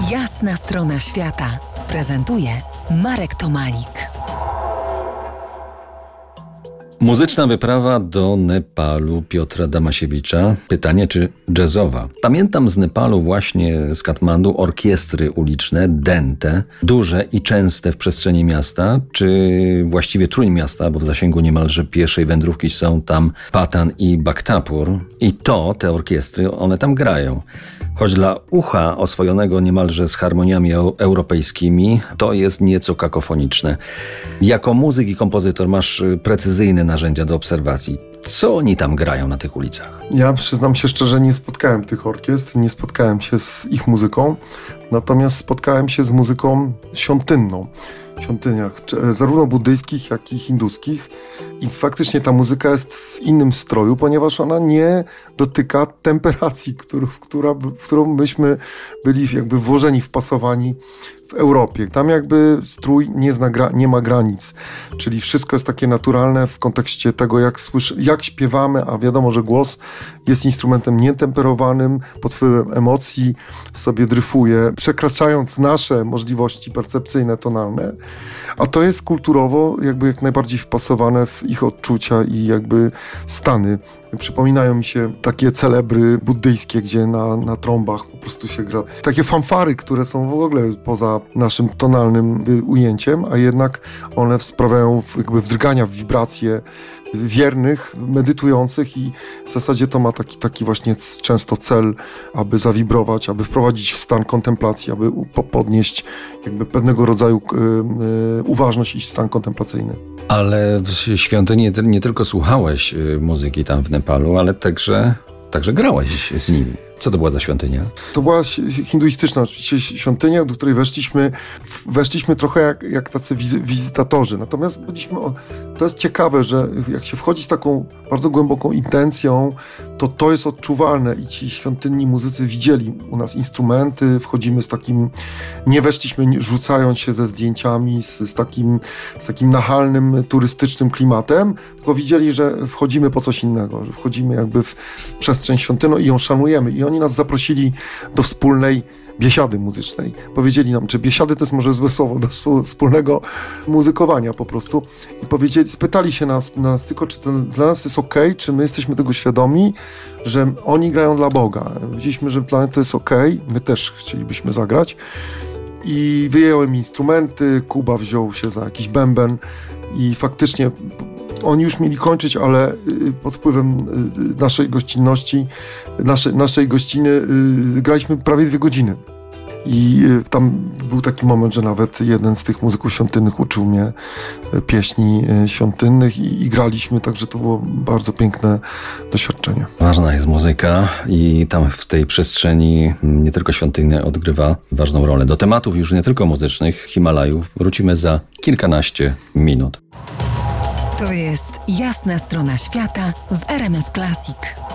Jasna strona świata prezentuje Marek Tomalik. Muzyczna wyprawa do Nepalu Piotra Damasiewicza. Pytanie, czy jazzowa? Pamiętam z Nepalu, właśnie z Katmandu, orkiestry uliczne, dente, duże i częste w przestrzeni miasta, czy właściwie trójmiasta, bo w zasięgu niemalże pieszej wędrówki są tam Patan i Bhaktapur. I te orkiestry, one tam grają. Choć dla ucha oswojonego niemalże z harmoniami europejskimi, to jest nieco kakofoniczne. Jako muzyk i kompozytor masz precyzyjne narzędzia do obserwacji. Co oni tam grają na tych ulicach? Ja przyznam się szczerze, nie spotkałem tych orkiestr, nie spotkałem się z ich muzyką, natomiast spotkałem się z muzyką świątynną. W świątyniach, zarówno buddyjskich, jak i hinduskich. I faktycznie ta muzyka jest w innym stroju, ponieważ ona nie dotyka temperacji, w którą myśmy byli jakby włożeni, wpasowani w Europie. Tam jakby strój nie ma granic, czyli wszystko jest takie naturalne w kontekście tego, jak śpiewamy, a wiadomo, że głos jest instrumentem nietemperowanym, pod wpływem emocji sobie dryfuje, przekraczając nasze możliwości percepcyjne, tonalne, a to jest kulturowo jakby jak najbardziej wpasowane w ich odczucia i jakby stany. Przypominają mi się takie celebry buddyjskie, gdzie na trąbach po prostu się gra. Takie fanfary, które są w ogóle poza naszym tonalnym ujęciem, a jednak one sprawiają jakby wdrgania w wibracje wiernych, medytujących i w zasadzie to ma taki właśnie często cel, aby zawibrować, aby wprowadzić w stan kontemplacji, aby podnieść jakby pewnego rodzaju uważność i stan kontemplacyjny. Ale w świątyni nie tylko słuchałeś muzyki tam w Nepalu, ale także grałeś z nimi. Co to była za świątynia? To była hinduistyczna oczywiście świątynia, do której weszliśmy trochę jak tacy wizytatorzy. Natomiast to jest ciekawe, że jak się wchodzi z taką bardzo głęboką intencją, to jest odczuwalne i ci świątynni muzycy widzieli u nas instrumenty, wchodzimy z takim, nie weszliśmy rzucając się ze zdjęciami, z takim nachalnym, turystycznym klimatem, tylko widzieli, że wchodzimy po coś innego, że wchodzimy jakby w przestrzeń świątynną i ją szanujemy. I oni nas zaprosili do wspólnej biesiady muzycznej. Powiedzieli nam, czy biesiady to jest może złe słowo, do wspólnego muzykowania po prostu. I spytali się nas tylko, czy to dla nas jest okej, czy my jesteśmy tego świadomi, że oni grają dla Boga. Widzieliśmy, że dla nas to jest okej, my też chcielibyśmy zagrać. I wyjąłem instrumenty, Kuba wziął się za jakiś bęben i faktycznie oni już mieli kończyć, ale pod wpływem naszej gościnności, naszej gościny graliśmy prawie 2 godziny. I tam był taki moment, że nawet jeden z tych muzyków świątynnych uczył mnie pieśni świątynnych i graliśmy, także to było bardzo piękne doświadczenie. Ważna jest muzyka i tam w tej przestrzeni nie tylko świątynna odgrywa ważną rolę. Do tematów już nie tylko muzycznych, Himalajów, wrócimy za kilkanaście minut. To jest Jasna strona świata w RMF Classic.